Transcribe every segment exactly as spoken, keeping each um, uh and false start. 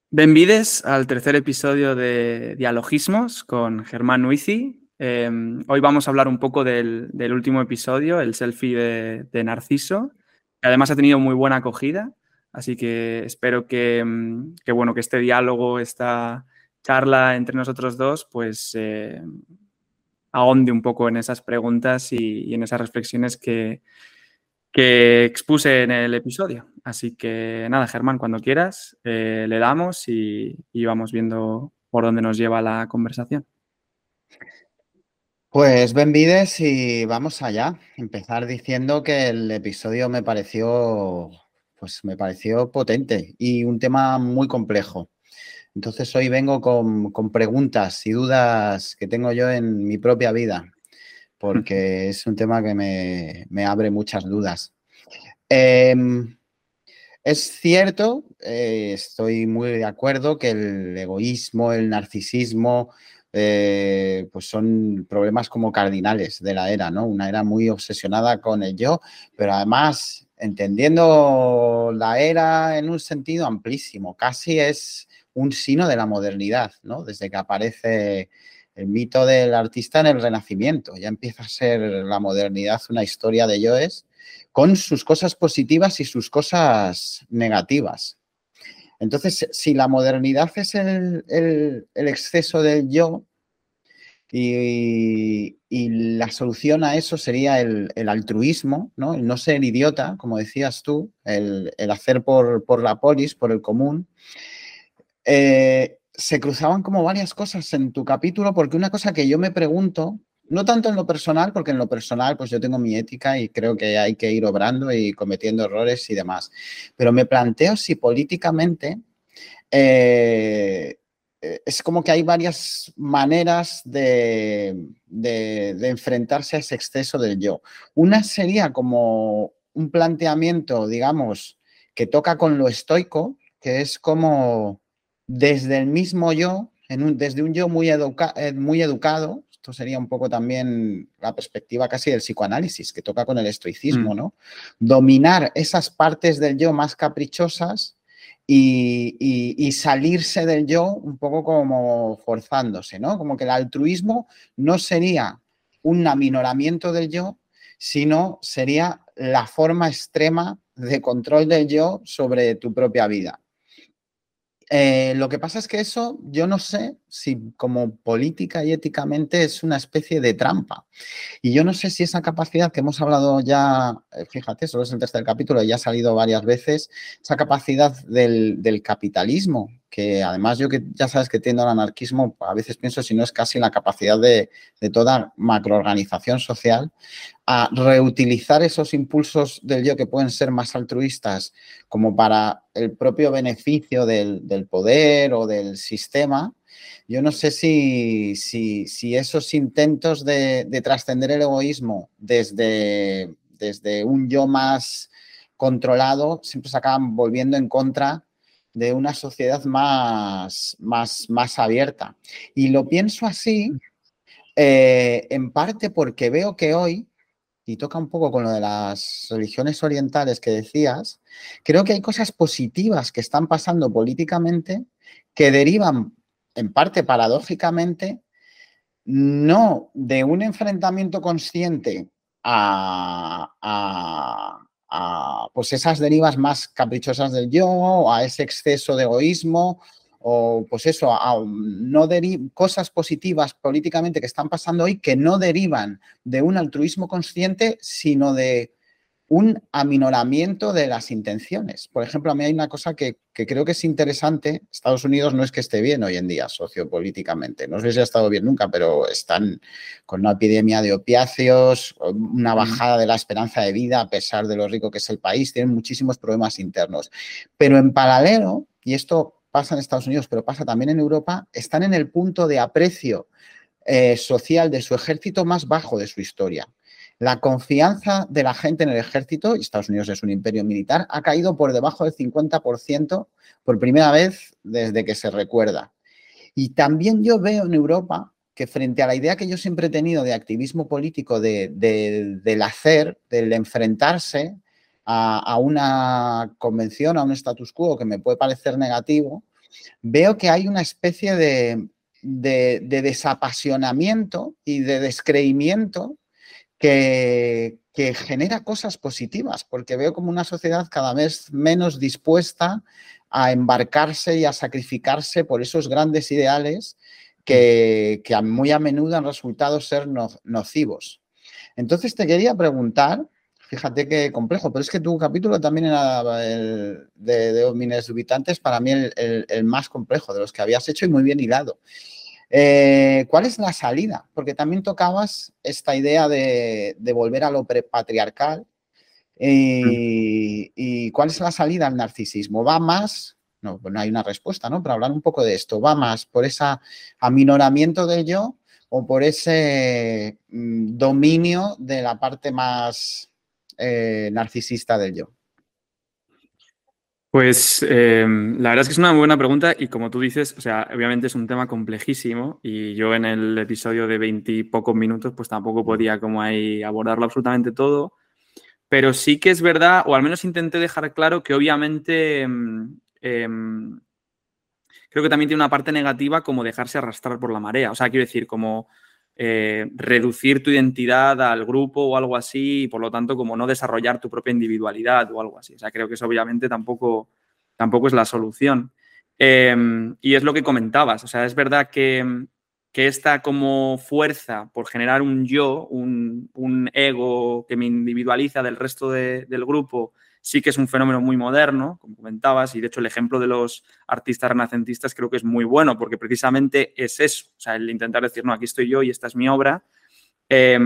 Benvides al tercer episodio de Dialogismos con Germán Nuici. Eh, hoy vamos a hablar un poco del, del último episodio, el selfie de, de Narciso, que además ha tenido muy buena acogida, así que espero que, mm, que, bueno, que este diálogo, esta charla entre nosotros dos, pues eh, ahonde un poco en esas preguntas y, y en esas reflexiones que, que expuse en el episodio. Así que nada, Germán, cuando quieras, eh, le damos y, y vamos viendo por dónde nos lleva la conversación. Pues Benvides y vamos allá. Empezar diciendo que el episodio me pareció, pues me pareció potente y un tema muy complejo. Entonces hoy vengo con, con preguntas y dudas que tengo yo en mi propia vida, porque es un tema que me, me abre muchas dudas. Eh, es cierto, eh, estoy muy de acuerdo que el egoísmo, el narcisismo, eh, pues son problemas como cardinales de la era, ¿no? Una era muy obsesionada con el yo, pero además entendiendo la era en un sentido amplísimo, casi es un signo de la modernidad, ¿no? Desde que aparece el mito del artista en el Renacimiento, ya empieza a ser la modernidad una historia de yoes con sus cosas positivas y sus cosas negativas. Entonces, si la modernidad es el, el, el exceso del yo y, y, la solución a eso sería el, el altruismo, ¿no? El no ser idiota, como decías tú, el, el hacer por, por la polis, por el común, eh, se cruzaban como varias cosas en tu capítulo, porque una cosa que yo me pregunto, no tanto en lo personal, porque en lo personal pues yo tengo mi ética y creo que hay que ir obrando y cometiendo errores y demás, pero me planteo si políticamente eh, es como que hay varias maneras de, de, de enfrentarse a ese exceso del yo. Una sería como un planteamiento, digamos, que toca con lo estoico, que es como desde el mismo yo, en un, desde un yo muy, educa, muy educado, esto sería un poco también la perspectiva casi del psicoanálisis, que toca con el estoicismo, ¿no? Dominar esas partes del yo más caprichosas y, y, y salirse del yo un poco como forzándose, ¿no? Como que el altruismo no sería un aminoramiento del yo, sino sería la forma extrema de control del yo sobre tu propia vida. Eh, lo que pasa es que eso yo no sé si como política y éticamente es una especie de trampa. Y yo no sé si esa capacidad que hemos hablado ya, eh, fíjate, solo es el tercer capítulo, ya ha salido varias veces, esa capacidad del, del capitalismo, que además yo que ya sabes que tiendo al anarquismo, a veces pienso si no es casi la capacidad de, de toda macroorganización social, a reutilizar esos impulsos del yo que pueden ser más altruistas como para el propio beneficio del, del poder o del sistema. Yo no sé si, si, si esos intentos de, de trascender el egoísmo desde, desde un yo más controlado siempre se acaban volviendo en contra de una sociedad más, más, más abierta. Y lo pienso así eh, en parte porque veo que hoy, y toca un poco con lo de las religiones orientales que decías, creo que hay cosas positivas que están pasando políticamente que derivan, en parte paradójicamente, no de un enfrentamiento consciente a, a, a pues esas derivas más caprichosas del yo, a ese exceso de egoísmo, o pues eso, a no cosas positivas políticamente que están pasando hoy que no derivan de un altruismo consciente, sino de un aminoramiento de las intenciones. Por ejemplo, a mí hay una cosa que, que creo que es interesante. Estados Unidos no es que esté bien hoy en día sociopolíticamente. No sé si ha estado bien nunca, pero están con una epidemia de opiáceos, una bajada de la esperanza de vida a pesar de lo rico que es el país. Tienen muchísimos problemas internos. Pero en paralelo, y esto pasa en Estados Unidos, pero pasa también en Europa, están en el punto de aprecio eh, social de su ejército más bajo de su historia. La confianza de la gente en el ejército, y Estados Unidos es un imperio militar, ha caído por debajo del cincuenta por ciento por primera vez desde que se recuerda. Y también yo veo en Europa que frente a la idea que yo siempre he tenido de activismo político, de, de, del hacer, del enfrentarse a, a una convención, a un status quo que me puede parecer negativo, veo que hay una especie de, de, de desapasionamiento y de descreimiento que, que genera cosas positivas, porque veo como una sociedad cada vez menos dispuesta a embarcarse y a sacrificarse por esos grandes ideales que, que muy a menudo han resultado ser no, nocivos. Entonces te quería preguntar, fíjate qué complejo, pero es que tu capítulo también era el de, de Homines Dubitantes, para mí el, el, el más complejo de los que habías hecho y muy bien hilado. Eh, ¿Cuál es la salida? Porque también tocabas esta idea de, de volver a lo patriarcal. Y, ¿Y cuál es la salida al narcisismo? ¿Va más? No, no hay una respuesta, ¿no? Pero hablar un poco de esto. ¿Va más por ese aminoramiento del yo o por ese mm, dominio de la parte más eh, narcisista del yo? Pues eh, la verdad es que es una muy buena pregunta y como tú dices, o sea, obviamente es un tema complejísimo y yo en el episodio de veintipocos minutos pues tampoco podía como ahí abordarlo absolutamente todo, pero sí que es verdad, o al menos intenté dejar claro que obviamente eh, creo que también tiene una parte negativa como dejarse arrastrar por la marea, o sea, quiero decir, como eh, reducir tu identidad al grupo o algo así y por lo tanto como no desarrollar tu propia individualidad o algo así. O sea, creo que eso obviamente tampoco, tampoco es la solución. Eh, y es lo que comentabas, o sea, es verdad que, que esta como fuerza por generar un yo, un, un ego que me individualiza del resto de, del grupo, sí que es un fenómeno muy moderno, como comentabas, y de hecho el ejemplo de los artistas renacentistas creo que es muy bueno, porque precisamente es eso, o sea, el intentar decir, no, aquí estoy yo y esta es mi obra. Eh,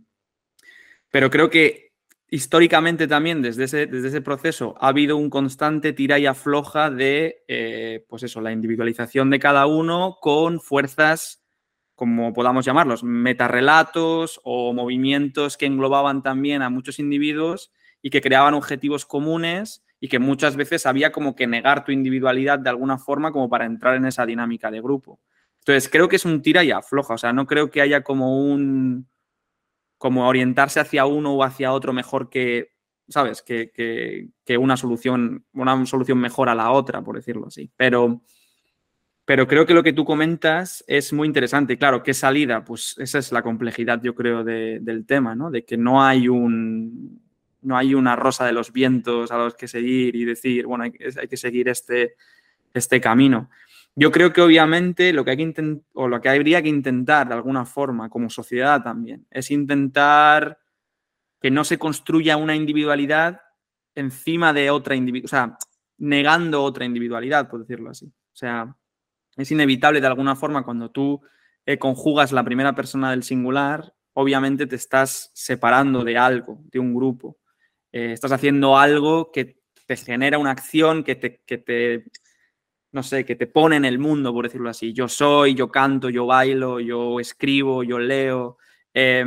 pero creo que históricamente también, desde ese, desde ese proceso, ha habido un constante tira y afloja de, eh, pues eso, la individualización de cada uno con fuerzas, como podamos llamarlos, metarrelatos o movimientos que englobaban también a muchos individuos y que creaban objetivos comunes y que muchas veces había como que negar tu individualidad de alguna forma como para entrar en esa dinámica de grupo. Entonces, creo que es un tira y afloja, o sea, no creo que haya como un como orientarse hacia uno o hacia otro mejor que, ¿sabes? Que, que, que una solución, una solución mejor a la otra, por decirlo así. Pero, pero creo que lo que tú comentas es muy interesante. Claro, ¿qué salida? Pues esa es la complejidad, yo creo, de, del tema, ¿no? De que no hay un, no hay una rosa de los vientos a los que seguir y decir, bueno, hay, hay que seguir este, este camino. Yo creo que obviamente lo que hay que intentar, o lo que habría que intentar de alguna forma, como sociedad también, es intentar que no se construya una individualidad encima de otra individualidad, o sea, negando otra individualidad, por decirlo así. O sea, es inevitable de alguna forma cuando tú eh, conjugas la primera persona del singular, obviamente te estás separando de algo, de un grupo. Eh, estás haciendo algo que te genera una acción que te, que te, no sé, que te pone en el mundo, por decirlo así. Yo soy, yo canto, yo bailo, yo escribo, yo leo. Eh,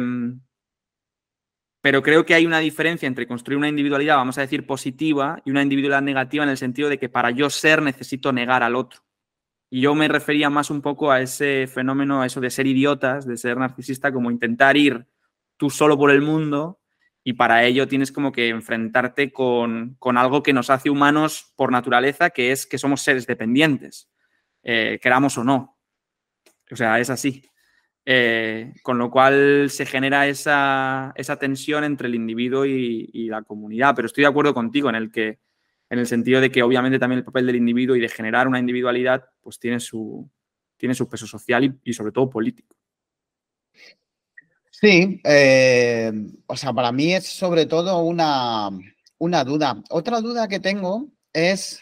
pero creo que hay una diferencia entre construir una individualidad, vamos a decir, positiva y una individualidad negativa en el sentido de que para yo ser necesito negar al otro. Y yo me refería más un poco a ese fenómeno, a eso de ser idiotas, de ser narcisista, como intentar ir tú solo por el mundo y para ello tienes como que enfrentarte con, con algo que nos hace humanos por naturaleza, que es que somos seres dependientes, eh, queramos o no. O sea, es así. Eh, con lo cual se genera esa, esa tensión entre el individuo y, y, la comunidad. Pero estoy de acuerdo contigo en el que, en el sentido de que obviamente también el papel del individuo y de generar una individualidad pues tiene su, tiene su peso social y, y sobre todo político. Sí, eh, o sea, para mí es sobre todo una, una duda. Otra duda que tengo es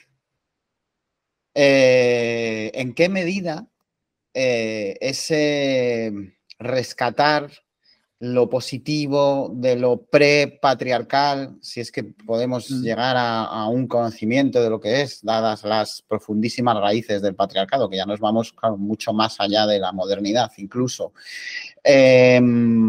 eh, en qué medida eh, ese rescatar lo positivo de lo pre-patriarcal, si es que podemos Mm. llegar a, a un conocimiento de lo que es, dadas las profundísimas raíces del patriarcado, que ya nos vamos, claro, mucho más allá de la modernidad incluso. Eh,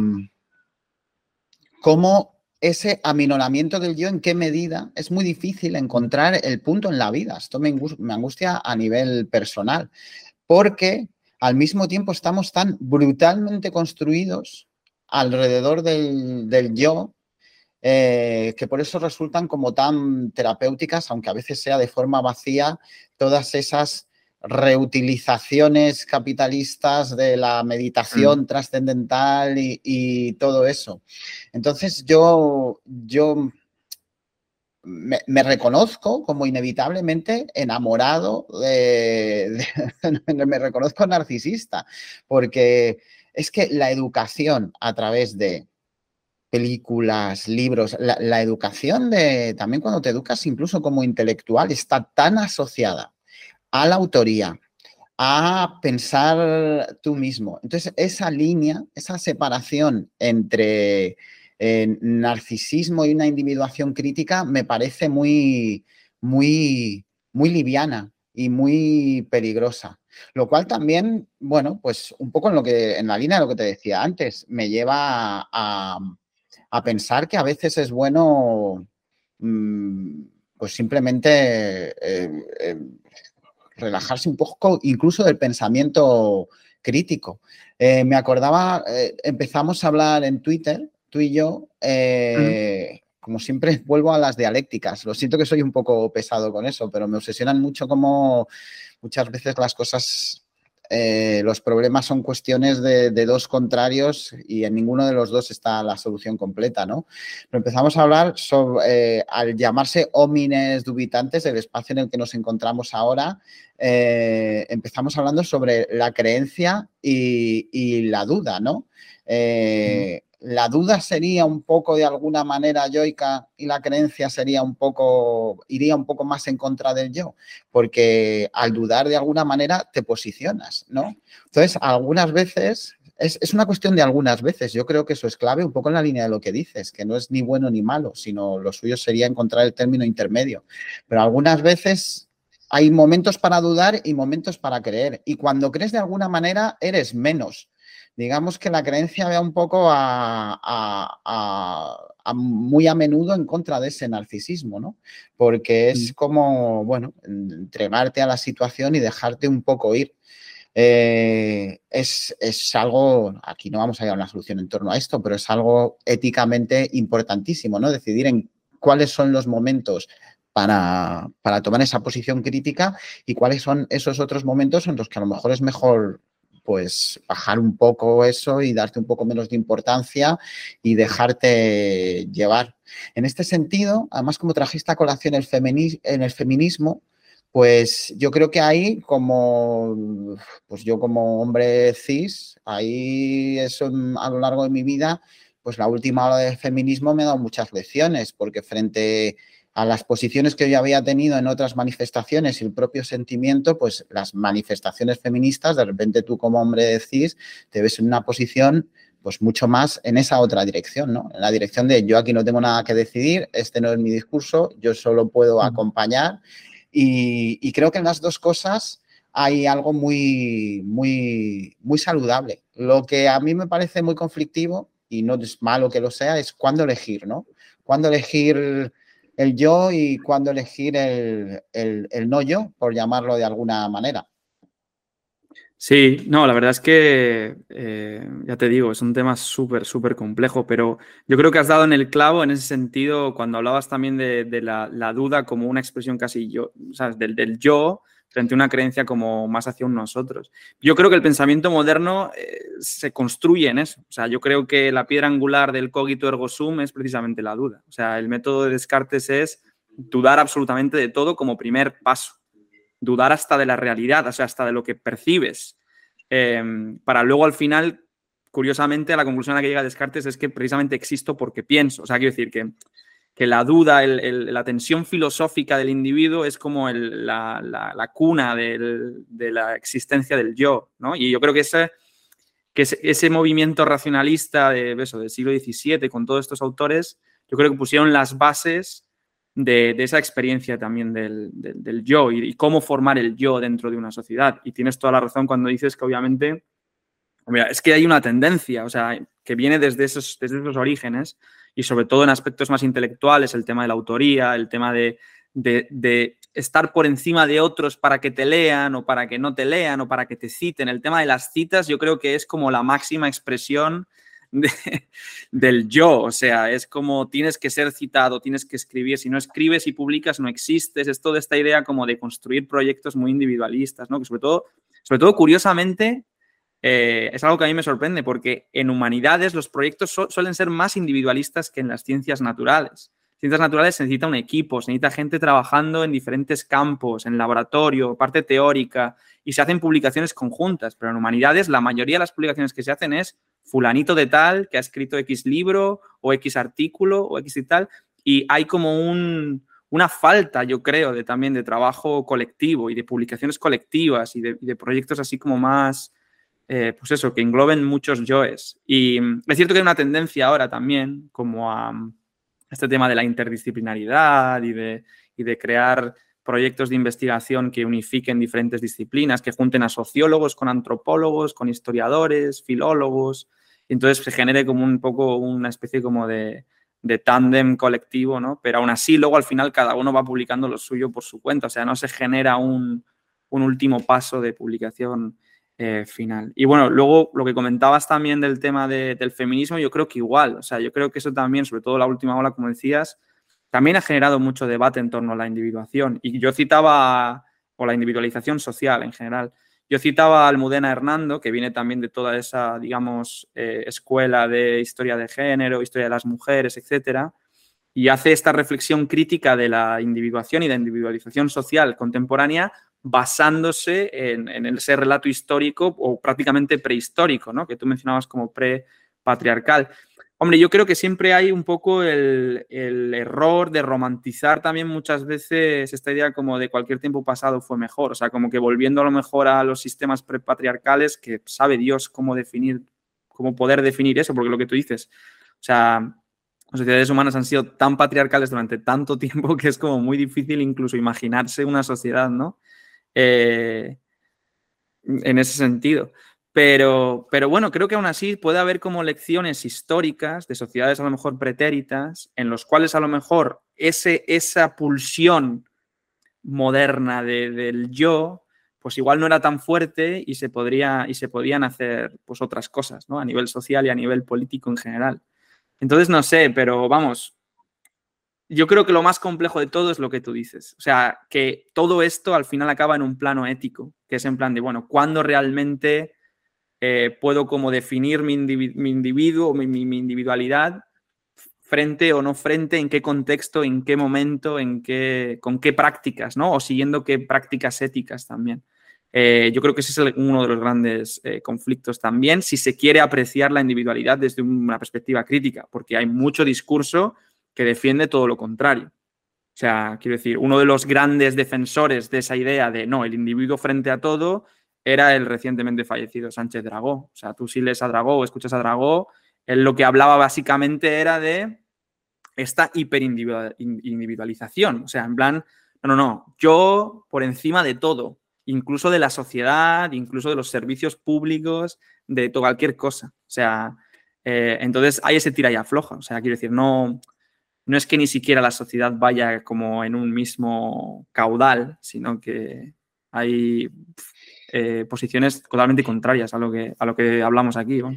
¿Cómo ese aminoramiento del yo, en qué medida es muy difícil encontrar el punto en la vida? Esto me angustia a nivel personal, porque al mismo tiempo estamos tan brutalmente construidos alrededor del, del yo, eh, que por eso resultan como tan terapéuticas, aunque a veces sea de forma vacía, todas esas reutilizaciones capitalistas de la meditación Mm. trascendental y, y todo eso. Entonces yo, yo me, me reconozco como inevitablemente enamorado, de, de, me reconozco narcisista, porque es que la educación a través de películas, libros, la, la educación de, también cuando te educas incluso como intelectual, está tan asociada a la autoría, a pensar tú mismo. Entonces, esa línea, esa separación entre eh, narcisismo y una individuación crítica me parece muy, muy, muy liviana y muy peligrosa. Lo cual también, bueno, pues un poco en, lo que, en la línea de lo que te decía antes, me lleva a, a pensar que a veces es bueno, mmm, pues simplemente eh, eh, relajarse un poco incluso del pensamiento crítico. Eh, me acordaba, eh, empezamos a hablar en Twitter, tú y yo, eh, como siempre vuelvo a las dialécticas. Lo siento que soy un poco pesado con eso, pero me obsesionan mucho como muchas veces las cosas, eh, los problemas son cuestiones de, de dos contrarios y en ninguno de los dos está la solución completa, ¿no? Pero empezamos a hablar sobre, eh, al llamarse homines dubitantes, el espacio en el que nos encontramos ahora, eh, empezamos hablando sobre la creencia y, y la duda, ¿no? Eh, la duda sería un poco de alguna manera yoica y la creencia sería un poco, iría un poco más en contra del yo, porque al dudar de alguna manera te posicionas, ¿no? Entonces, algunas veces, es, es una cuestión de algunas veces, yo creo que eso es clave un poco en la línea de lo que dices, que no es ni bueno ni malo, sino lo suyo sería encontrar el término intermedio, pero algunas veces hay momentos para dudar y momentos para creer, y cuando crees de alguna manera eres menos. Digamos que la creencia va un poco a, a, a, a muy a menudo en contra de ese narcisismo, ¿no? Porque es como, bueno, entregarte a la situación y dejarte un poco ir. Eh, es, es algo, aquí no vamos a llegar a una solución en torno a esto, pero es algo éticamente importantísimo, ¿no? Decidir en cuáles son los momentos para, para tomar esa posición crítica y cuáles son esos otros momentos en los que a lo mejor es mejor pues bajar un poco eso y darte un poco menos de importancia y dejarte llevar. En este sentido, además como trajiste a colación el femini- en el feminismo, pues yo creo que ahí como, pues yo como hombre cis, ahí eso a lo largo de mi vida, pues la última hora del feminismo me ha dado muchas lecciones, porque frente a las posiciones que yo había tenido en otras manifestaciones y el propio sentimiento, pues las manifestaciones feministas, de repente tú como hombre cis te ves en una posición pues mucho más en esa otra dirección, ¿no? En la dirección de yo aquí no tengo nada que decidir, este no es mi discurso, yo solo puedo acompañar y, y creo que en las dos cosas hay algo muy, muy, muy saludable. Lo que a mí me parece muy conflictivo, y no es malo que lo sea, es cuándo elegir, ¿no? Cuándo elegir el yo y cuándo elegir el, el, el no yo, por llamarlo de alguna manera. Sí, no, la verdad es que, eh, ya te digo, es un tema súper, súper complejo, pero yo creo que has dado en el clavo en ese sentido cuando hablabas también de, de la, la duda como una expresión casi yo, ¿sabes? Del, del yo frente a una creencia como más hacia un nosotros. Yo creo que el pensamiento moderno eh, se construye en eso. O sea, yo creo que la piedra angular del cogito ergo sum es precisamente la duda. O sea, el método de Descartes es dudar absolutamente de todo como primer paso. Dudar hasta de la realidad, o sea, hasta de lo que percibes, eh, para luego al final, curiosamente, la conclusión a la que llega Descartes es que precisamente existo porque pienso. O sea, quiero decir que, que la duda, el, el, la tensión filosófica del individuo es como el, la, la, la, cuna del, de la existencia del yo, ¿no? Y yo creo que ese, que ese, ese movimiento racionalista de, eso, del siglo diecisiete con todos estos autores, yo creo que pusieron las bases De, de esa experiencia también del, del, del yo y, y cómo formar el yo dentro de una sociedad. Y tienes toda la razón cuando dices que obviamente, mira, es que hay una tendencia, o sea, que viene desde esos, desde esos orígenes y sobre todo en aspectos más intelectuales, el tema de la autoría, el tema de, de, de estar por encima de otros para que te lean o para que no te lean o para que te citen. El tema de las citas yo creo que es como la máxima expresión de, del yo. O sea, es como tienes que ser citado, tienes que escribir. Si no escribes y publicas, no existes. Es toda esta idea como de construir proyectos muy individualistas, ¿no? Que sobre todo, sobre todo curiosamente, eh, es algo que a mí me sorprende porque en humanidades los proyectos su suelen ser más individualistas que en las ciencias naturales. Ciencias naturales se necesita un equipo, se necesita gente trabajando en diferentes campos, en laboratorio, parte teórica, y se hacen publicaciones conjuntas. Pero en humanidades la mayoría de las publicaciones que se hacen es fulanito de tal que ha escrito X libro o X artículo o X y tal, y hay como un, una falta, yo creo, de, también de trabajo colectivo y de publicaciones colectivas y de, y de proyectos así como más, eh, pues eso, que engloben muchos yoes. Y es cierto que hay una tendencia ahora también como a este tema de la interdisciplinaridad y de, y de crear proyectos de investigación que unifiquen diferentes disciplinas, que junten a sociólogos con antropólogos, con historiadores, filólogos, y entonces se genere como un poco una especie como de, de tándem colectivo, ¿no? Pero aún así luego al final cada uno va publicando lo suyo por su cuenta, o sea, no se genera un, un último paso de publicación eh, final. Y bueno, luego lo que comentabas también del tema de, del feminismo, yo creo que igual, o sea, yo creo que eso también, sobre todo la última ola, como decías, también ha generado mucho debate en torno a la individuación. Y yo citaba, o la individualización social en general, yo citaba a Almudena Hernando, que viene también de toda esa, digamos, eh, escuela de historia de género, historia de las mujeres, etcétera, y hace esta reflexión crítica de la individuación y la individualización social contemporánea basándose en, en ese relato histórico o prácticamente prehistórico, ¿no? Que tú mencionabas como pre-patriarcal. Hombre, yo creo que siempre hay un poco el, el error de romantizar también muchas veces esta idea como de cualquier tiempo pasado fue mejor, o sea, como que volviendo a lo mejor a los sistemas prepatriarcales, que sabe Dios cómo definir, cómo poder definir eso, porque lo que tú dices, o sea, las sociedades humanas han sido tan patriarcales durante tanto tiempo que es como muy difícil incluso imaginarse una sociedad, ¿no? Eh, en ese sentido. Pero, pero bueno, creo que aún así puede haber como lecciones históricas de sociedades a lo mejor pretéritas, en los cuales a lo mejor ese, esa pulsión moderna de, del yo, pues igual no era tan fuerte y se, podría, y se podían hacer pues otras cosas, ¿no? A nivel social y a nivel político en general. Entonces, no sé, pero vamos, yo creo que lo más complejo de todo es lo que tú dices. O sea, que todo esto al final acaba en un plano ético, que es en plan de, bueno, ¿cuándo realmente eh, puedo como definir mi, individu mi individuo, mi, mi, mi individualidad frente o no frente, en qué contexto, en qué momento, en qué, con qué prácticas, ¿no? O siguiendo qué prácticas éticas también. Eh, yo creo que ese es el, uno de los grandes eh, conflictos también, si se quiere apreciar la individualidad desde una perspectiva crítica, porque hay mucho discurso que defiende todo lo contrario. O sea, quiero decir, uno de los grandes defensores de esa idea de no, el individuo frente a todo era el recientemente fallecido Sánchez Dragó. O sea, tú si lees a Dragó o escuchas a Dragó, él lo que hablaba básicamente era de esta hiperindividualización. O sea, en plan, no, no, no, yo por encima de todo, incluso de la sociedad, incluso de los servicios públicos, de todo, cualquier cosa. O sea, eh, entonces hay ese tira y afloja. O sea, quiero decir, no... No es que ni siquiera la sociedad vaya como en un mismo caudal, sino que hay eh, posiciones totalmente contrarias a lo que, a lo que hablamos aquí, ¿no?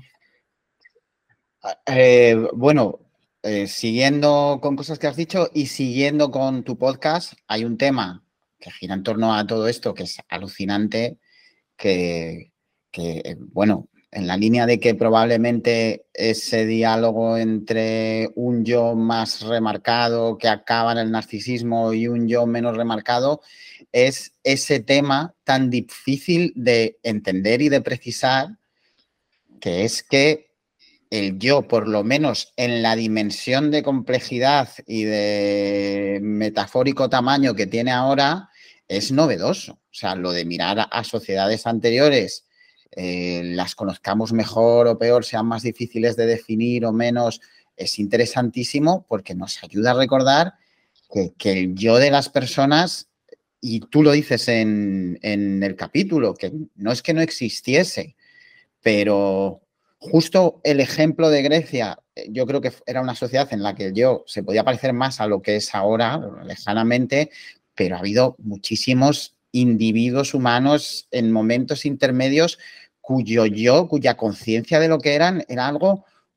Eh, bueno, eh, siguiendo con cosas que has dicho y siguiendo con tu podcast, hay un tema que gira en torno a todo esto que es alucinante, que, que bueno, en la línea de que probablemente ese diálogo entre un yo más remarcado que acaba en el narcisismo y un yo menos remarcado es ese tema tan difícil de entender y de precisar, que es que el yo, por lo menos en la dimensión de complejidad y de metafórico tamaño que tiene ahora, es novedoso. O sea, lo de mirar a sociedades anteriores, eh, las conozcamos mejor o peor, sean más difíciles de definir o menos, es interesantísimo porque nos ayuda a recordar que, que el yo de las personas, y tú lo dices en, en el capítulo, que no es que no existiese, pero justo el ejemplo de Grecia, yo creo que era una sociedad en la que el yo se podía parecer más a lo que es ahora, lejanamente, pero ha habido muchísimos individuos humanos en momentos intermedios cuyo yo, cuya conciencia de lo que eran, era algo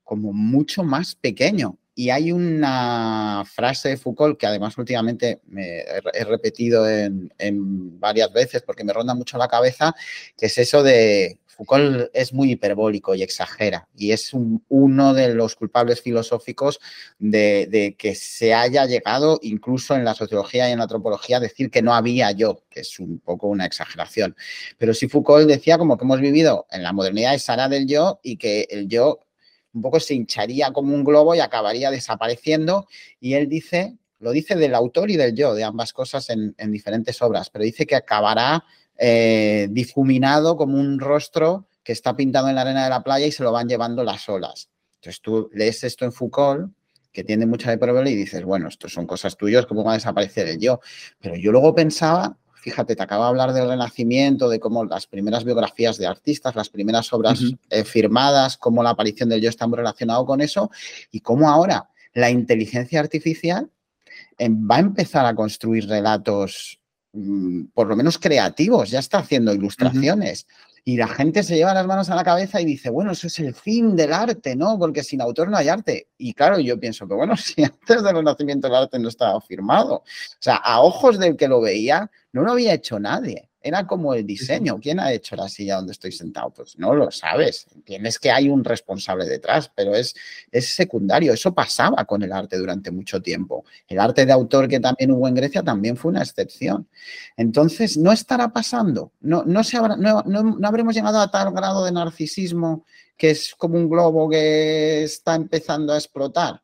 como mucho más pequeño. Y hay una frase de Foucault que además últimamente me he repetido en, en varias veces porque me ronda mucho la cabeza, que es eso de Foucault es muy hiperbólico y exagera y es un, uno de los culpables filosóficos de, de que se haya llegado incluso en la sociología y en la antropología a decir que no había yo, que es un poco una exageración. Pero sí Foucault decía como que hemos vivido en la modernidad esa era del yo y que el yo un poco se hincharía como un globo y acabaría desapareciendo. Y él dice, lo dice del autor y del yo, de ambas cosas en, en diferentes obras, pero dice que acabará eh, difuminado como un rostro que está pintado en la arena de la playa y se lo van llevando las olas. Entonces tú lees esto en Foucault, que tiene mucha hipérbole, y dices, bueno, esto son cosas tuyas, ¿cómo va a desaparecer el yo? Pero yo luego pensaba... Fíjate, te acabo de hablar del Renacimiento, de cómo las primeras biografías de artistas, las primeras obras uh-huh. eh, firmadas, cómo la aparición del yo está muy relacionado con eso y cómo ahora la inteligencia artificial eh, va a empezar a construir relatos mmm, por lo menos creativos, ya está haciendo ilustraciones. Uh-huh. Y la gente se lleva las manos a la cabeza y dice, bueno, eso es el fin del arte, ¿no? Porque sin autor no hay arte. Y claro, yo pienso que, bueno, si antes del Renacimiento el arte no estaba firmado. O sea, a ojos del que lo veía, no lo había hecho nadie. Era como el diseño. ¿Quién ha hecho la silla donde estoy sentado? Pues no lo sabes. Entiendes que hay un responsable detrás, pero es, es secundario. Eso pasaba con el arte durante mucho tiempo. El arte de autor que también hubo en Grecia también fue una excepción. Entonces, ¿no estará pasando? ¿No, no, se habrá, no, no, no habremos llegado a tal grado de narcisismo que es como un globo que está empezando a explotar?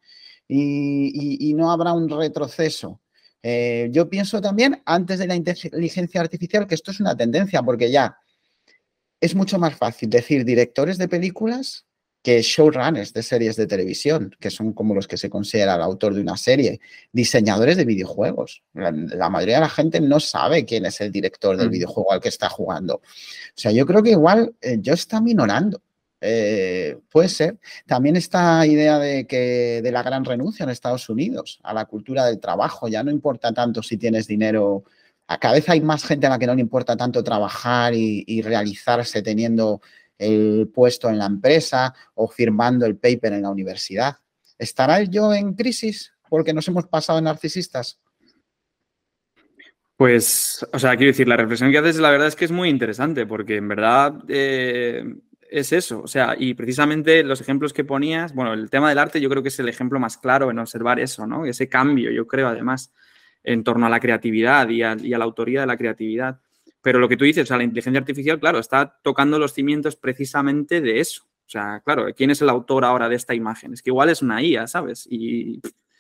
Y, y, y no habrá un retroceso. Eh, yo pienso también, antes de la inteligencia artificial, que esto es una tendencia, porque ya es mucho más fácil decir directores de películas que showrunners de series de televisión, que son como los que se considera el autor de una serie, diseñadores de videojuegos. La, la mayoría de la gente no sabe quién es el director del mm. videojuego al que está jugando. O sea, yo creo que igual eh, yo está minorando. Eh, puede ser. También esta idea de que de la gran renuncia en Estados Unidos a la cultura del trabajo. Ya no importa tanto si tienes dinero. A cada vez hay más gente a la que no le importa tanto trabajar y, y realizarse teniendo el puesto en la empresa o firmando el paper en la universidad. ¿Estará el yo en crisis porque nos hemos pasado en narcisistas? Pues, o sea, quiero decir, la reflexión que haces la verdad es que es muy interesante porque en verdad eh, es eso. O sea, y precisamente los ejemplos que ponías, bueno, el tema del arte yo creo que es el ejemplo más claro en observar eso, ¿no? Ese cambio, yo creo, además, en torno a la creatividad y a, y a la autoría de la creatividad. Pero lo que tú dices, o sea, la inteligencia artificial, claro, está tocando los cimientos precisamente de eso. O sea, claro, ¿quién es el autor ahora de esta imagen? Es que igual es una I A, ¿sabes? Y...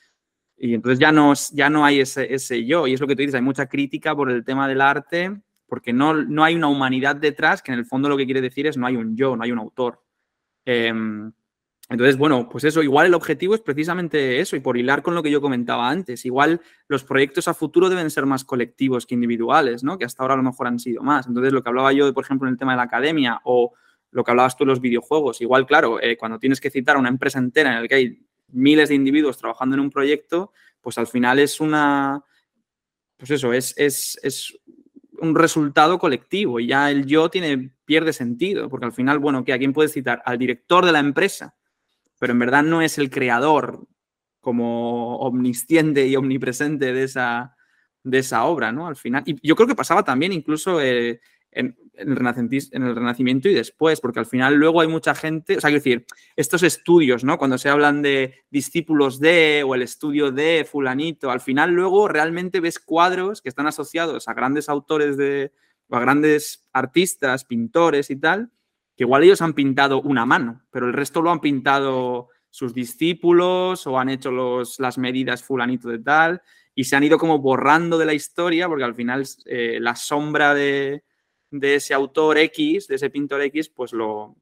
Y entonces ya no, ya no hay ese, ese yo. Y es lo que tú dices, hay mucha crítica por el tema del arte, porque no, no hay una humanidad detrás, que en el fondo lo que quiere decir es no hay un yo, no hay un autor. Eh, entonces, bueno, pues eso, igual el objetivo es precisamente eso, y por hilar con lo que yo comentaba antes, igual los proyectos a futuro deben ser más colectivos que individuales, ¿no? Que hasta ahora a lo mejor han sido más. Entonces, lo que hablaba yo, por ejemplo, en el tema de la academia, o lo que hablabas tú en los videojuegos, igual, claro, eh, cuando tienes que citar a una empresa entera en la que hay miles de individuos trabajando en un proyecto, pues al final es una, pues eso, es, es, es un resultado colectivo y ya el yo tiene, pierde sentido, porque al final, bueno, ¿qué? ¿A quién puedes citar? Al director de la empresa, pero en verdad no es el creador como omnisciente y omnipresente de esa, de esa obra, ¿no? Al final, y yo creo que pasaba también incluso eh, en, en, el en el Renacimiento y después, porque al final luego hay mucha gente, o sea, quiero decir, estos estudios, ¿no? Cuando se hablan de discípulos de o el estudio de fulanito, al final luego realmente ves cuadros que están asociados a grandes autores de, o a grandes artistas, pintores y tal, que igual ellos han pintado una mano, pero el resto lo han pintado sus discípulos o han hecho los, las medidas fulanito de tal y se han ido como borrando de la historia porque al final eh, la sombra de, de ese autor X, de ese pintor X, pues lo,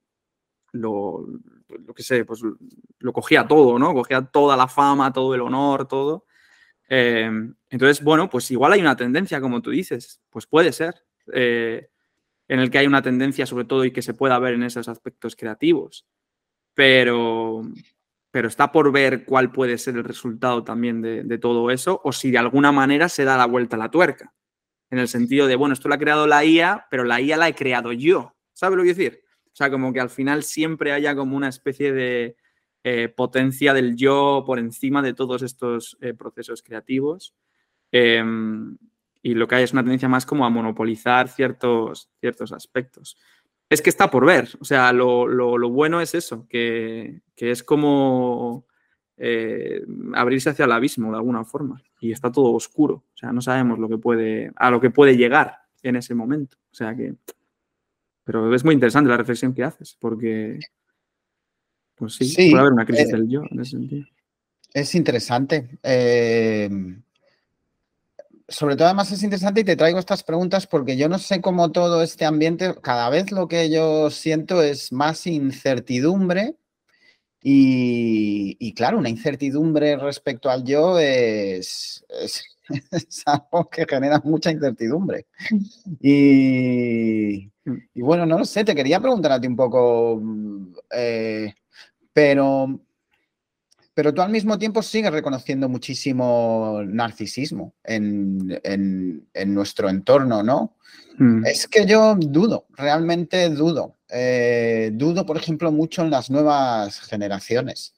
lo, lo que sé, pues lo cogía todo, ¿no? Cogía toda la fama, todo el honor, todo. Eh, entonces, bueno, pues igual hay una tendencia, como tú dices, pues puede ser. Eh, en el que hay una tendencia sobre todo y que se pueda ver en esos aspectos creativos. Pero, pero está por ver cuál puede ser el resultado también de, de todo eso o si de alguna manera se da la vuelta a la tuerca. En el sentido de, bueno, esto lo ha creado la I A, pero la I A la he creado yo. ¿Sabes lo que quiero decir? O sea, como que al final siempre haya como una especie de, eh, potencia del yo por encima de todos estos eh, procesos creativos. Eh, y lo que hay es una tendencia más como a monopolizar ciertos, ciertos aspectos. Es que está por ver. O sea, lo, lo, lo bueno es eso, que, que es como eh, abrirse hacia el abismo de alguna forma. Y está todo oscuro. O sea, no sabemos lo que puede, a lo que puede llegar en ese momento. O sea que... Pero es muy interesante la reflexión que haces, porque, pues sí, Sí, puede haber una crisis eh, del yo en ese sentido. es interesante. Eh, sobre todo, además, es interesante y te traigo estas preguntas porque yo no sé cómo todo este ambiente, cada vez lo que yo siento es más incertidumbre y, y claro, una incertidumbre respecto al yo es, es, es algo que genera mucha incertidumbre. Y, y bueno, no lo sé, te quería preguntar a ti un poco, eh, pero... Pero tú al mismo tiempo sigues reconociendo muchísimo narcisismo en, en, en nuestro entorno, ¿no? Mm. Es que yo dudo, realmente dudo. Eh, dudo, por ejemplo, mucho en las nuevas generaciones.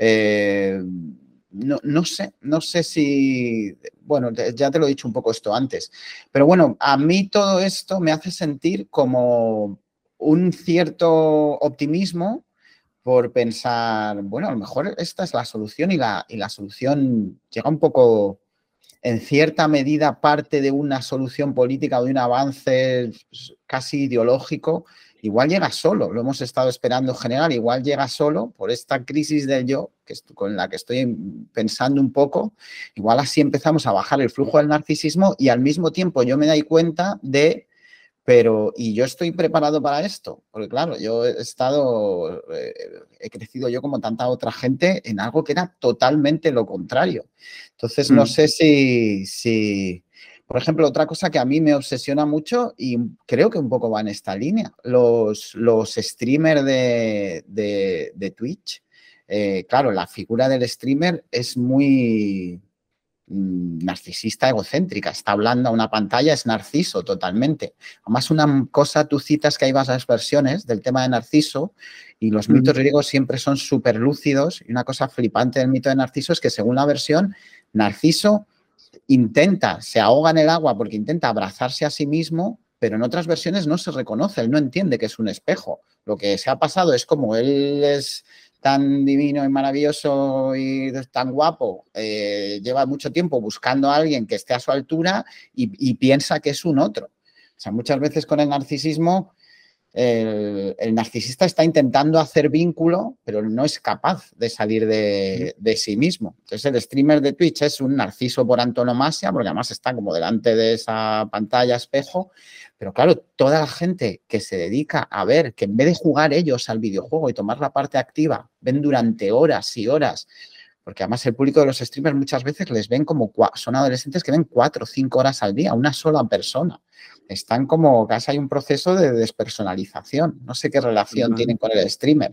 Eh, no, no sé, no sé si, bueno, ya te lo he dicho un poco esto antes, pero bueno, a mí todo esto me hace sentir como un cierto optimismo por pensar, bueno, a lo mejor esta es la solución y la, y la solución llega un poco, en cierta medida, parte de una solución política o de un avance casi ideológico, igual llega solo, lo hemos estado esperando en general, igual llega solo por esta crisis del yo, que es con la que estoy pensando un poco, igual así empezamos a bajar el flujo del narcisismo y al mismo tiempo yo me doy cuenta de... Pero, ¿y yo estoy preparado para esto? Porque claro, yo he estado, eh, he crecido yo como tanta otra gente en algo que era totalmente lo contrario. Entonces, no Mm. sé si, si, por ejemplo, otra cosa que a mí me obsesiona mucho y creo que un poco va en esta línea, los, los streamers de, de, de Twitch. Eh, claro, la figura del streamer es muy... narcisista egocéntrica, está hablando a una pantalla, es Narciso totalmente. Además, una cosa, tú citas que hay varias versiones del tema de Narciso y los mitos Mm. griegos siempre son súper lúcidos y una cosa flipante del mito de Narciso es que según la versión, Narciso intenta, se ahoga en el agua porque intenta abrazarse a sí mismo, pero en otras versiones no se reconoce, él no entiende que es un espejo. Lo que se ha pasado es como él es tan divino y maravilloso y tan guapo, eh, lleva mucho tiempo buscando a alguien que esté a su altura y, y piensa que es un otro. O sea, muchas veces con el narcisismo, el, el narcisista está intentando hacer vínculo, pero no es capaz de salir de, de sí mismo. Entonces, el streamer de Twitch es un narciso por antonomasia, porque además está como delante de esa pantalla espejo. Pero claro, toda la gente que se dedica a ver, que en vez de jugar ellos al videojuego y tomar la parte activa, ven durante horas y horas, porque además el público de los streamers muchas veces les ven como, son adolescentes que ven cuatro o cinco horas al día, una sola persona. Están como, casi hay un proceso de despersonalización. No sé qué relación Vale. tienen con el streamer.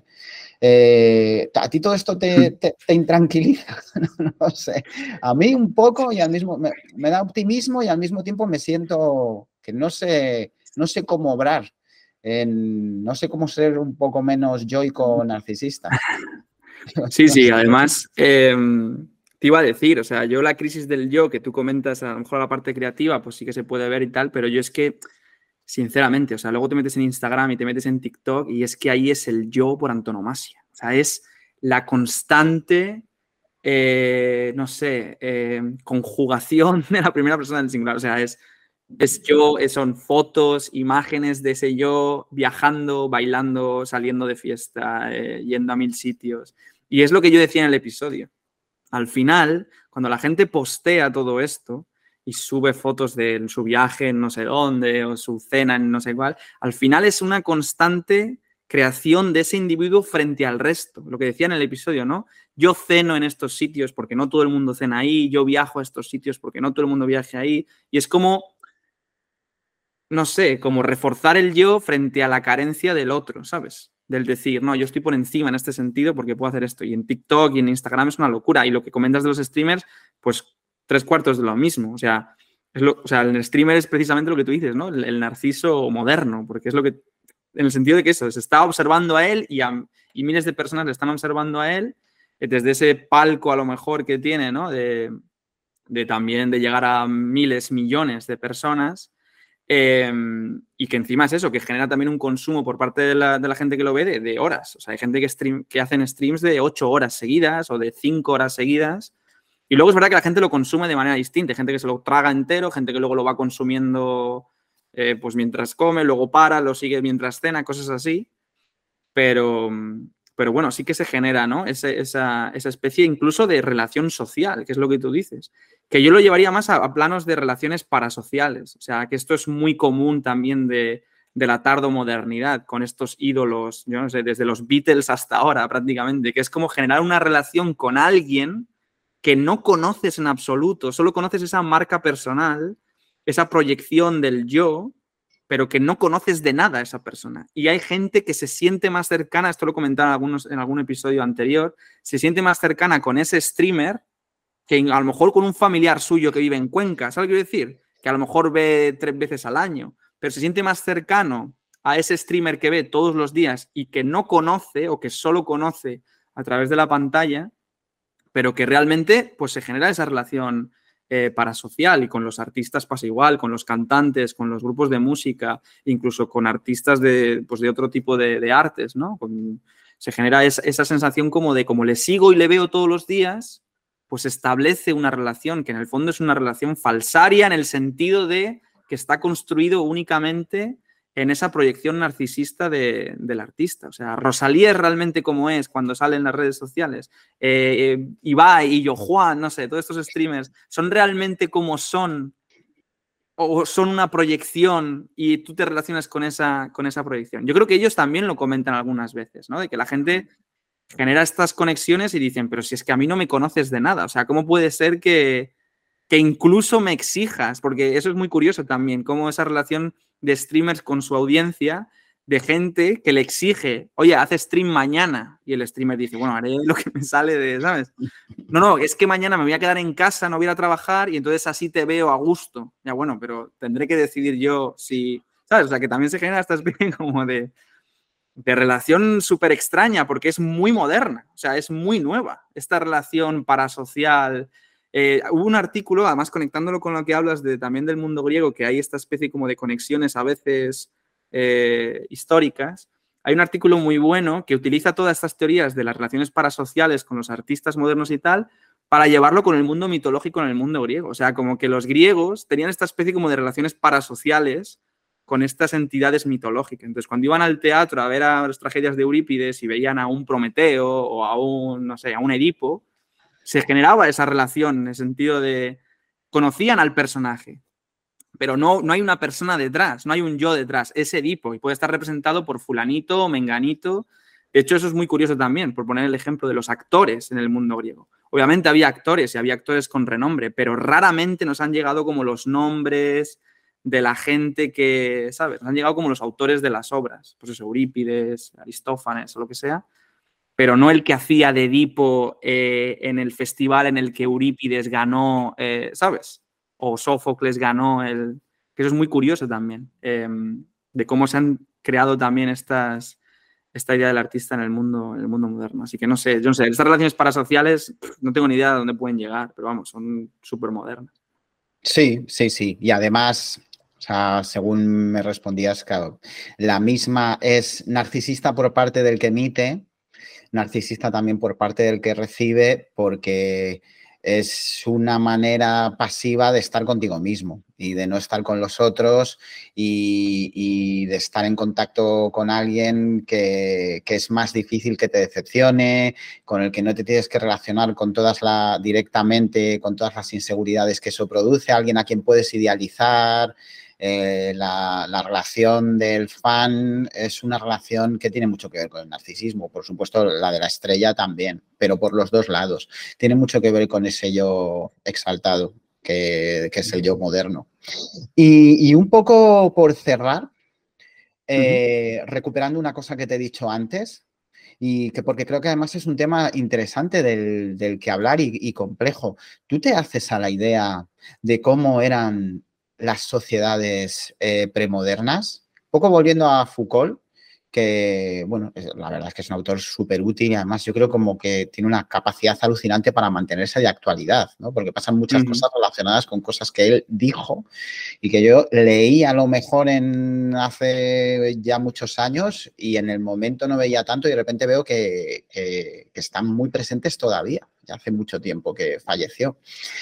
Eh, ¿A ti todo esto te, te, te intranquiliza? No, no sé. A mí un poco y al mismo, me, me da optimismo y al mismo tiempo me siento que no sé, no sé cómo obrar. En, no sé cómo ser un poco menos yoico narcisista. Sí, No sí, sé. además eh, te iba a decir, o sea, yo la crisis del yo que tú comentas, a lo mejor la parte creativa, pues sí que se puede ver y tal, pero yo es que, sinceramente, o sea, luego te metes en Instagram y te metes en TikTok y es que ahí es el yo por antonomasia. O sea, es la constante, eh, no sé, eh, conjugación de la primera persona del singular. O sea, es, es yo, son fotos, imágenes de ese yo viajando, bailando, saliendo de fiesta, eh, yendo a mil sitios. Y es lo que yo decía en el episodio. Al final, cuando la gente postea todo esto y sube fotos de su viaje en no sé dónde o su cena en no sé cuál, al final es una constante creación de ese individuo frente al resto. Lo que decía en el episodio, ¿no? Yo ceno en estos sitios porque no todo el mundo cena ahí, yo viajo a estos sitios porque no todo el mundo viaje ahí. Y es como, no sé, como reforzar el yo frente a la carencia del otro, ¿sabes? Del decir, no, yo estoy por encima en este sentido porque puedo hacer esto. Y en TikTok y en Instagram es una locura. Y lo que comentas de los streamers, pues tres cuartos de lo mismo. O sea, es lo, o sea el streamer es precisamente lo que tú dices, ¿no? El, el narciso moderno, porque es lo que en el sentido de que eso, se está observando a él y, a, y miles de personas le están observando a él desde ese palco a lo mejor que tiene, ¿no? De, de también de llegar a miles, millones de personas. Eh, y que encima es eso, que genera también un consumo por parte de la, de la gente que lo ve de, de horas. O sea, hay gente que, stream, que hacen streams de ocho horas seguidas o de cinco horas seguidas. Y luego es verdad que la gente lo consume de manera distinta. Hay gente que se lo traga entero, gente que luego lo va consumiendo eh, pues mientras come, luego para, lo sigue mientras cena, cosas así. Pero, pero bueno, sí que se genera, ¿no? Ese, esa, esa especie incluso de relación social, que es lo que tú dices. Que yo lo llevaría más a, a planos de relaciones parasociales. O sea, que esto es muy común también de, de la tardomodernidad, con estos ídolos, yo no sé, desde los Beatles hasta ahora prácticamente, que es como generar una relación con alguien que no conoces en absoluto, solo conoces esa marca personal, esa proyección del yo, pero que no conoces de nada a esa persona. Y hay gente que se siente más cercana, esto lo comentaba en, algunos, en algún episodio anterior, se siente más cercana con ese streamer que a lo mejor con un familiar suyo que vive en Cuenca, ¿sabes lo que quiero decir? Que a lo mejor ve tres veces al año, pero se siente más cercano a ese streamer que ve todos los días y que no conoce o que solo conoce a través de la pantalla, pero que realmente pues se genera esa relación eh, parasocial, y con los artistas pasa igual, con los cantantes, con los grupos de música, incluso con artistas de, pues, de otro tipo de, de artes, ¿no? Con, se genera esa, esa sensación como de como le sigo y le veo todos los días, pues establece una relación que en el fondo es una relación falsaria en el sentido de que está construido únicamente en esa proyección narcisista de, del artista. O sea, Rosalía es realmente como es cuando sale en las redes sociales. Eh, eh, Ibai y Yo Juan, no sé, todos estos streamers, ¿son realmente como son o son una proyección y tú te relacionas con esa, con esa proyección? Yo creo que ellos también lo comentan algunas veces, ¿no? De que la gente genera estas conexiones y dicen, pero si es que a mí no me conoces de nada, o sea, ¿cómo puede ser que, que incluso me exijas? Porque eso es muy curioso también, cómo esa relación de streamers con su audiencia, de gente que le exige, oye, haz stream mañana, y el streamer dice, bueno, haré lo que me sale de, ¿sabes? No, no, es que mañana me voy a quedar en casa, no voy a ir a trabajar y entonces así te veo a gusto. Ya, bueno, pero tendré que decidir yo si, ¿sabes? O sea, que también se genera esta especie como de de relación súper extraña porque es muy moderna, o sea, es muy nueva esta relación parasocial. Eh, hubo un artículo, además conectándolo con lo que hablas de, también del mundo griego, que hay esta especie como de conexiones a veces eh, históricas. Hay un artículo muy bueno que utiliza todas estas teorías de las relaciones parasociales con los artistas modernos y tal para llevarlo con el mundo mitológico en el mundo griego. O sea, como que los griegos tenían esta especie como de relaciones parasociales con estas entidades mitológicas. Entonces, cuando iban al teatro a ver a las tragedias de Eurípides y veían a un Prometeo o a un, no sé, a un Edipo, se generaba esa relación en el sentido de conocían al personaje, pero no, no hay una persona detrás, no hay un yo detrás, es Edipo y puede estar representado por fulanito o menganito. De hecho, eso es muy curioso también, por poner el ejemplo de los actores en el mundo griego. Obviamente había actores y había actores con renombre, pero raramente nos han llegado como los nombres de la gente que, ¿sabes? Nos han llegado como los autores de las obras, pues eso, Eurípides, Aristófanes o lo que sea, pero no el que hacía de Edipo eh, en el festival en el que Eurípides ganó, eh, ¿sabes? O Sófocles ganó el... Que eso es muy curioso también, eh, de cómo se han creado también estas, esta idea del artista en el mundo, en el mundo moderno. Así que no sé, yo no sé, estas relaciones parasociales no tengo ni idea de dónde pueden llegar, pero vamos, son súper modernas. Sí, sí, sí. Y además, o sea, según me respondías, claro, la misma es narcisista por parte del que emite, narcisista también por parte del que recibe, porque es una manera pasiva de estar contigo mismo y de no estar con los otros y, y de estar en contacto con alguien que, que es más difícil que te decepcione, con el que no te tienes que relacionar con todas la, directamente con todas las inseguridades que eso produce, alguien a quien puedes idealizar. Eh, la, la relación del fan es una relación que tiene mucho que ver con el narcisismo. Por supuesto, la de la estrella también, pero por los dos lados. Tiene mucho que ver con ese yo exaltado, que, que es el yo moderno. Y, y un poco por cerrar, eh, uh-huh. recuperando una cosa que te he dicho antes, y que porque creo que además es un tema interesante del, del que hablar y, y complejo. ¿Tú te haces a la idea de cómo eran las sociedades eh, premodernas? Un poco volviendo a Foucault, que, bueno, la verdad es que es un autor súper útil y además yo creo como que tiene una capacidad alucinante para mantenerse de actualidad, ¿no? Porque pasan muchas Ujú. cosas relacionadas con cosas que él dijo y que yo leí a lo mejor en hace ya muchos años y en el momento no veía tanto y de repente veo que, que, que están muy presentes todavía. Ya hace mucho tiempo que falleció.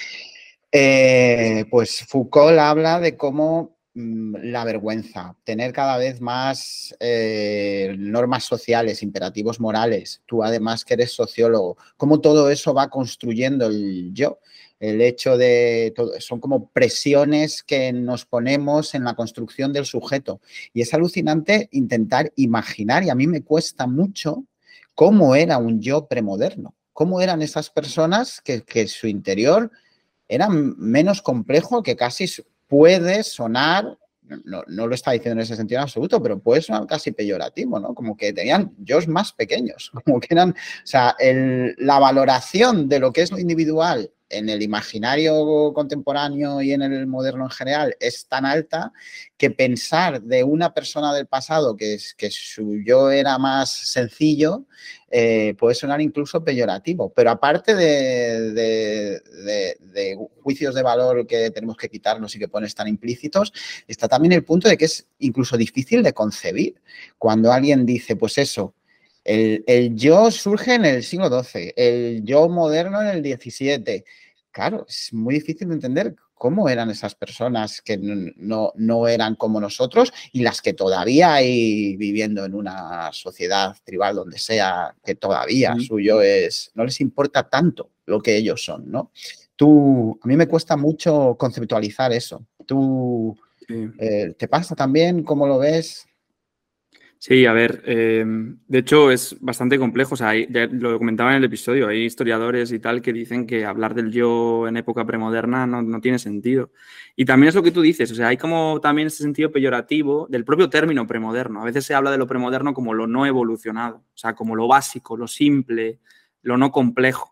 Eh, pues Foucault habla de cómo mmm, la vergüenza, tener cada vez más eh, normas sociales, imperativos morales, tú además que eres sociólogo, cómo todo eso va construyendo el yo. El hecho de, todo, son como presiones que nos ponemos en la construcción del sujeto. Y es alucinante intentar imaginar, y a mí me cuesta mucho, cómo era un yo premoderno, cómo eran esas personas que, que su interior era menos complejo, que casi puede sonar, no, no lo está diciendo en ese sentido en absoluto, pero puede sonar casi peyorativo, ¿no? Como que tenían yos más pequeños, como que eran, o sea, el, la valoración de lo que es lo individual en el imaginario contemporáneo y en el moderno en general es tan alta que pensar de una persona del pasado que, es, que su yo era más sencillo eh, puede sonar incluso peyorativo. Pero aparte de, de, de, de juicios de valor que tenemos que quitarnos y que pones tan implícitos, está también el punto de que es incluso difícil de concebir. Cuando alguien dice, pues eso, el, el yo surge en el siglo doce, el yo moderno en el diecisiete. Claro, es muy difícil de entender cómo eran esas personas que no, no eran como nosotros y las que todavía hay viviendo en una sociedad tribal, donde sea, que todavía Sí. suyo es, no les importa tanto lo que ellos son, ¿no? Tú, a mí me cuesta mucho conceptualizar eso. ¿Tú Sí. eh, te pasa también? ¿Cómo lo ves? Sí, a ver, eh, de hecho es bastante complejo, o sea, hay- ya lo comentaba en el episodio, hay historiadores y tal que dicen que hablar del yo en época premoderna no, no tiene sentido. Y también es lo que tú dices, o sea, hay como también ese sentido peyorativo del propio término premoderno. A veces se habla de lo premoderno como lo no evolucionado, o sea, como lo básico, lo simple, lo no complejo.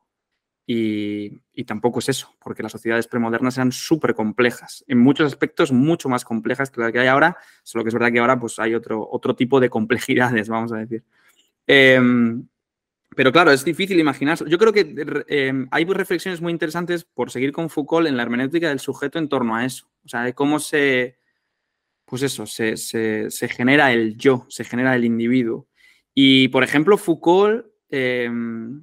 Y, y tampoco es eso, porque las sociedades premodernas eran súper complejas, en muchos aspectos mucho más complejas que las que hay ahora, solo que es verdad que ahora pues, hay otro, otro tipo de complejidades, vamos a decir. Eh, pero claro, es difícil imaginarse. Yo creo que eh, hay reflexiones muy interesantes por seguir con Foucault en la hermenéutica del sujeto en torno a eso, o sea, de cómo se, pues eso, se, se, se genera el yo, se genera el individuo. Y, por ejemplo, Foucault... Eh,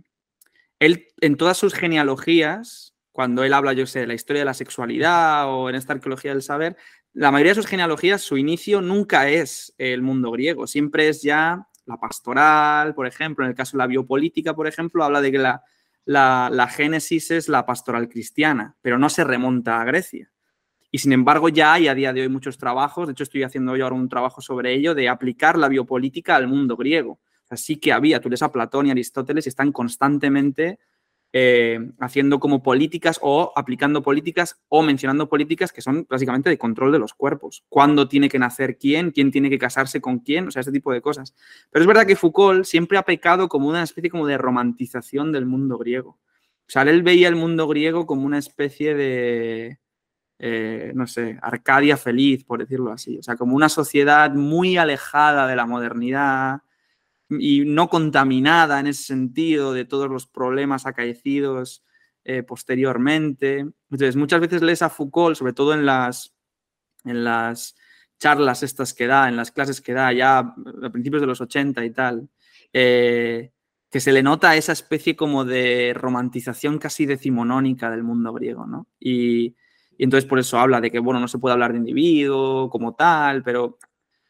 él, en todas sus genealogías, cuando él habla, yo sé, de la historia de la sexualidad o en esta arqueología del saber, la mayoría de sus genealogías, su inicio nunca es el mundo griego, siempre es ya la pastoral, por ejemplo, en el caso de la biopolítica, por ejemplo, habla de que la, la, la génesis es la pastoral cristiana, pero no se remonta a Grecia. Y sin embargo, ya hay a día de hoy muchos trabajos, de hecho estoy haciendo yo ahora un trabajo sobre ello, de aplicar la biopolítica al mundo griego. Así que había, tú lees a Platón y Aristóteles y están constantemente eh, haciendo como políticas o aplicando políticas o mencionando políticas que son básicamente de control de los cuerpos. ¿Cuándo tiene que nacer quién? ¿Quién tiene que casarse con quién? O sea, ese tipo de cosas. Pero es verdad que Foucault siempre ha pecado como una especie como de romantización del mundo griego. O sea, él veía el mundo griego como una especie de... Eh, no sé, Arcadia feliz, por decirlo así. O sea, como una sociedad muy alejada de la modernidad y no contaminada en ese sentido de todos los problemas acaecidos eh, posteriormente. Entonces, muchas veces lees a Foucault, sobre todo en las, en las charlas estas que da, en las clases que da ya a principios de los ochenta y tal, eh, que se le nota esa especie como de romantización casi decimonónica del mundo griego, ¿no? Y, y entonces por eso habla de que, bueno, no se puede hablar de individuo como tal, pero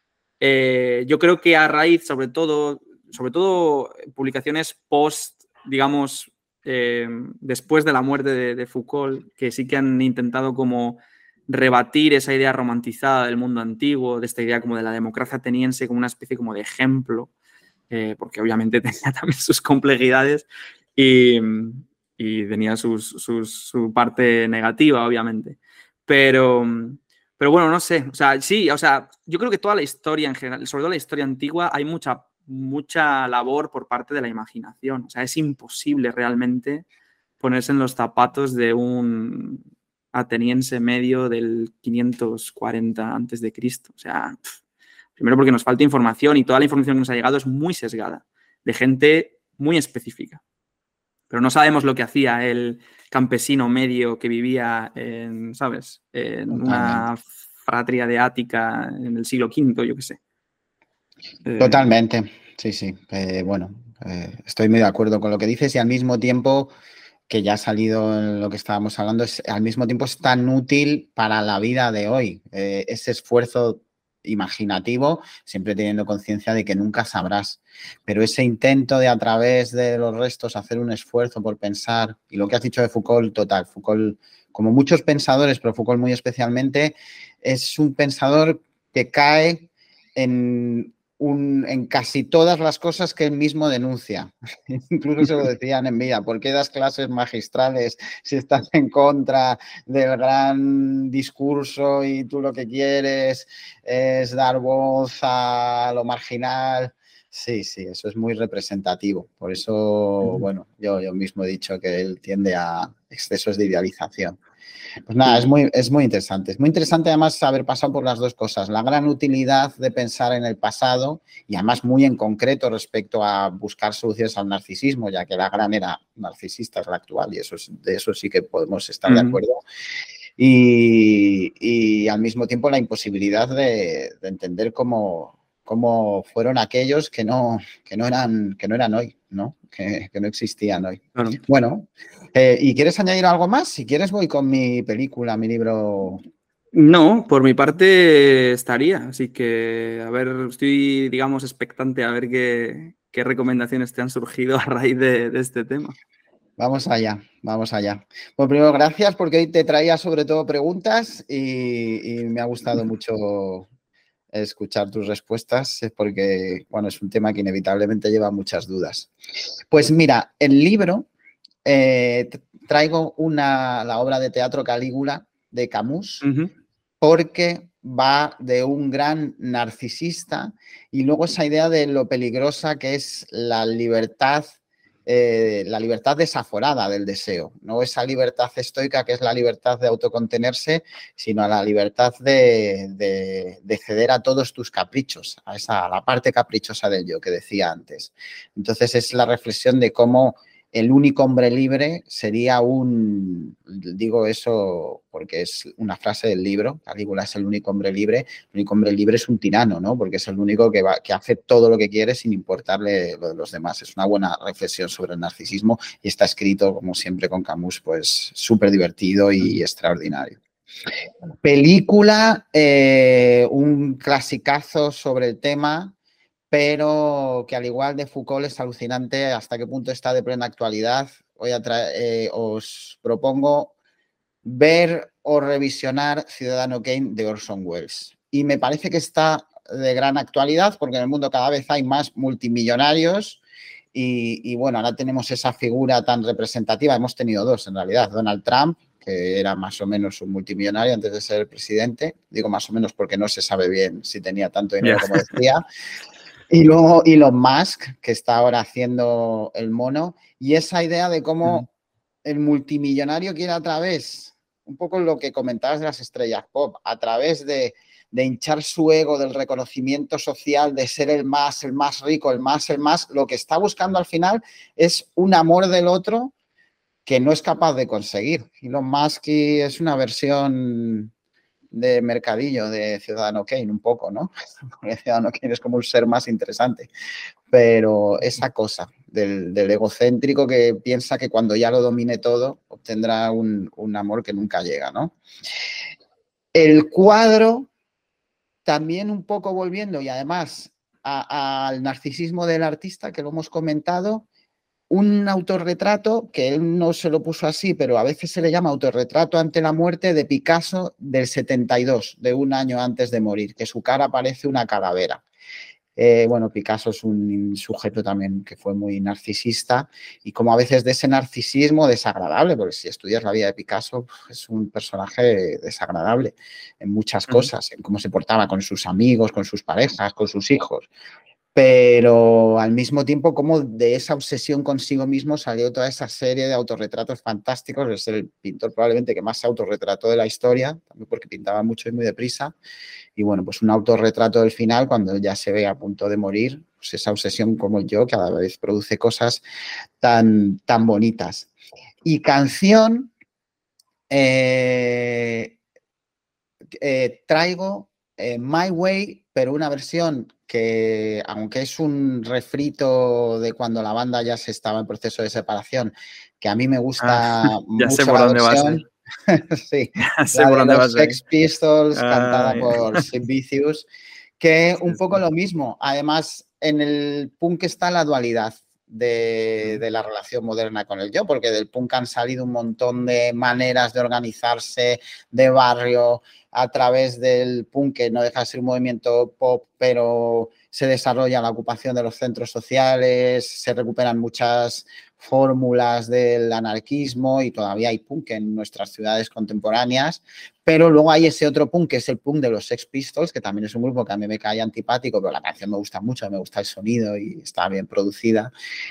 eh, yo creo que a raíz, sobre todo, sobre todo publicaciones post, digamos, eh, después de la muerte de, de Foucault, que sí que han intentado como rebatir esa idea romantizada del mundo antiguo, de esta idea como de la democracia ateniense como una especie como de ejemplo, eh, porque obviamente tenía también sus complejidades y, y tenía sus, sus, su parte negativa, obviamente. Pero, pero bueno, no sé, o sea, sí, o sea, yo creo que toda la historia en general, sobre todo la historia antigua, hay mucha, mucha labor por parte de la imaginación. O sea, es imposible realmente ponerse en los zapatos de un ateniense medio del quinientos cuarenta antes de Cristo. O sea, pff, Primero porque nos falta información y toda la información que nos ha llegado es muy sesgada, de gente muy específica. Pero no sabemos lo que hacía el campesino medio que vivía en, ¿sabes?, en Totalmente. una fratria de Ática en el siglo quinto, yo qué sé. Eh, Totalmente, sí, sí. Eh, bueno, eh, estoy muy de acuerdo con lo que dices y al mismo tiempo, que ya ha salido en lo que estábamos hablando, es, al mismo tiempo es tan útil para la vida de hoy. Eh, ese esfuerzo imaginativo, siempre teniendo conciencia de que nunca sabrás, pero ese intento de a través de los restos hacer un esfuerzo por pensar, y lo que has dicho de Foucault, total, Foucault, como muchos pensadores, pero Foucault muy especialmente, es un pensador que cae en... Un, en casi todas las cosas que él mismo denuncia. Incluso se lo decían en vida, ¿por qué das clases magistrales si estás en contra del gran discurso y tú lo que quieres es dar voz a lo marginal? Sí, sí, eso es muy representativo. Por eso, bueno, yo, yo mismo he dicho que él tiende a excesos de idealización. Pues nada, es muy, es muy interesante. Es muy interesante además haber pasado por las dos cosas. La gran utilidad de pensar en el pasado y además muy en concreto respecto a buscar soluciones al narcisismo, ya que la gran era narcisista es la actual y eso es, de eso sí que podemos estar de acuerdo. Y, y al mismo tiempo la imposibilidad de, de entender cómo, cómo fueron aquellos que no, que no, eran, que no eran hoy, ¿no? Que, que no existían hoy. Claro. Bueno, eh, ¿y quieres añadir algo más? Si quieres voy con mi película, mi libro. No, por mi parte estaría, así que a ver, estoy, digamos, expectante a ver qué, qué recomendaciones te han surgido a raíz de, de este tema. Vamos allá, vamos allá. Bueno, primero, gracias porque hoy te traía sobre todo preguntas y, y me ha gustado mucho escuchar tus respuestas porque, bueno, es un tema que inevitablemente lleva muchas dudas. Pues mira, el libro, eh, traigo una, la obra de teatro Calígula de Camus, uh-huh. porque va de un gran narcisista y luego esa idea de lo peligrosa que es la libertad, eh, la libertad desaforada del deseo, no esa libertad estoica que es la libertad de autocontenerse, sino la libertad de, de, de ceder a todos tus caprichos, a, esa, a la parte caprichosa del yo que decía antes. Entonces es la reflexión de cómo el único hombre libre sería un, digo eso porque es una frase del libro, Calígula es el único hombre libre, el único hombre libre es un tirano, ¿no? Porque es el único que, va, que hace todo lo que quiere sin importarle lo de los demás. Es una buena reflexión sobre el narcisismo y está escrito, como siempre con Camus, pues súper divertido y extraordinario. Película, eh, un clasicazo sobre el tema, pero que al igual de Foucault es alucinante hasta qué punto está de plena actualidad. Hoy eh, os propongo ver o revisionar Ciudadano Kane de Orson Welles. Y me parece que está de gran actualidad porque en el mundo cada vez hay más multimillonarios y, y bueno, ahora tenemos esa figura tan representativa. Hemos tenido dos en realidad, Donald Trump, que era más o menos un multimillonario antes de ser presidente. Digo más o menos porque no se sabe bien si tenía tanto dinero yeah. como decía. Y luego Elon Musk, que está ahora haciendo el mono, y esa idea de cómo uh-huh. el multimillonario quiere a través, un poco lo que comentabas de las estrellas pop, a través de, de hinchar su ego, del reconocimiento social, de ser el más, el más rico, el más, el más, lo que está buscando al final es un amor del otro que no es capaz de conseguir. Elon Musk es una versión de mercadillo de Ciudadano Kane, un poco, ¿no? Porque Ciudadano Kane es como un ser más interesante. Pero esa cosa del, del egocéntrico que piensa que cuando ya lo domine todo obtendrá un, un amor que nunca llega, ¿no? El cuadro, también un poco volviendo y además a, a, al narcisismo del artista, que lo hemos comentado, un autorretrato, que él no se lo puso así, pero a veces se le llama autorretrato ante la muerte, de Picasso del setenta y dos, de un año antes de morir, que su cara parece una calavera. Eh, bueno, Picasso es un sujeto también que fue muy narcisista y como a veces de ese narcisismo desagradable, porque si estudias la vida de Picasso es un personaje desagradable en muchas cosas, en cómo se portaba con sus amigos, con sus parejas, con sus hijos. Pero al mismo tiempo, como de esa obsesión consigo mismo salió toda esa serie de autorretratos fantásticos. Es el pintor probablemente que más se autorretrató de la historia, también porque pintaba mucho y muy deprisa. y bueno, pues un autorretrato del final cuando ya se ve a punto de morir, pues esa obsesión como yo cada vez produce cosas tan, tan bonitas. Y canción, eh, eh, traigo eh, My Way, pero una versión que, aunque es un refrito de cuando la banda ya se estaba en proceso de separación, que a mí me gusta Ah, ya sé mucho por la dónde vas a versión, ir. sí, Ya sé la por de dónde los vas a ir. Sex Pistols, cantada Ay, por Sid Vicious, que sí, un poco sí. lo mismo. Además, en el punk está la dualidad de, Mm. de la relación moderna con el yo, porque del punk han salido un montón de maneras de organizarse, de barrio, a través del punk, que no deja de ser un movimiento pop, pero se desarrolla la ocupación de los centros sociales, se recuperan muchas fórmulas del anarquismo y todavía hay punk en nuestras ciudades contemporáneas, pero luego hay ese otro punk que es el punk de los Sex Pistols, que también es un grupo que a mí me cae antipático, pero la canción me gusta mucho, me gusta el sonido y está bien producida,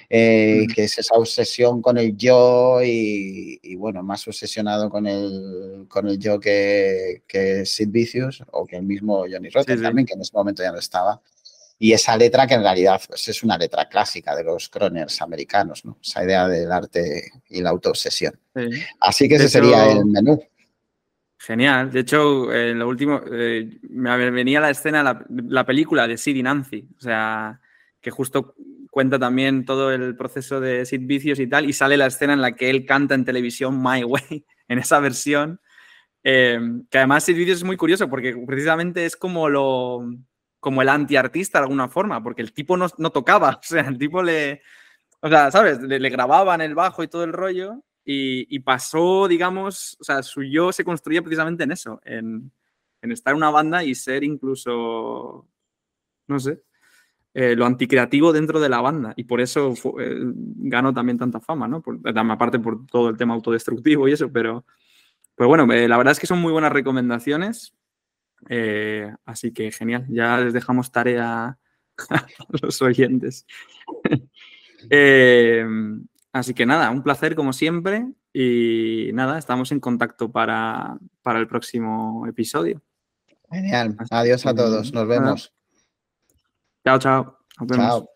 eh, Mm. que es esa obsesión con el yo y, y bueno, más obsesionado con el, con el yo que, que Sid Vicious o que el mismo Johnny Sí, Rotten sí. también, que en ese momento ya no estaba. Y esa letra que en realidad pues, es una letra clásica de los croners americanos, ¿no? Esa idea del arte y la autoobsesión. Sí. Así que De ese sería el hecho, menú. genial. De hecho, eh, lo último, eh, me venía la escena, la, la película de Sid y Nancy, o sea, que justo cuenta también todo el proceso de Sid Vicious y tal, y sale la escena en la que él canta en televisión My Way, en esa versión, eh, que además Sid Vicious es muy curioso porque precisamente es como lo como el antiartista de alguna forma, porque el tipo no, no tocaba, o sea, el tipo le, o sea, ¿sabes? Le, le grababan el bajo y todo el rollo y, y, pasó, digamos, o sea, su yo se construía precisamente en eso, en, en estar en una banda y ser incluso, no sé, eh, lo anticreativo dentro de la banda y por eso fue, eh, ganó también tanta fama, ¿no? Por, aparte por todo el tema autodestructivo y eso, pero, pero bueno, eh, la verdad es que son muy buenas recomendaciones, eh, así que genial, ya les dejamos tarea a los oyentes. Eh, así que nada, un placer como siempre y nada, estamos en contacto para, para el próximo episodio. Genial. Así Adiós que a todos. Nos nada, vemos. chao, chao, nos vemos. Chao.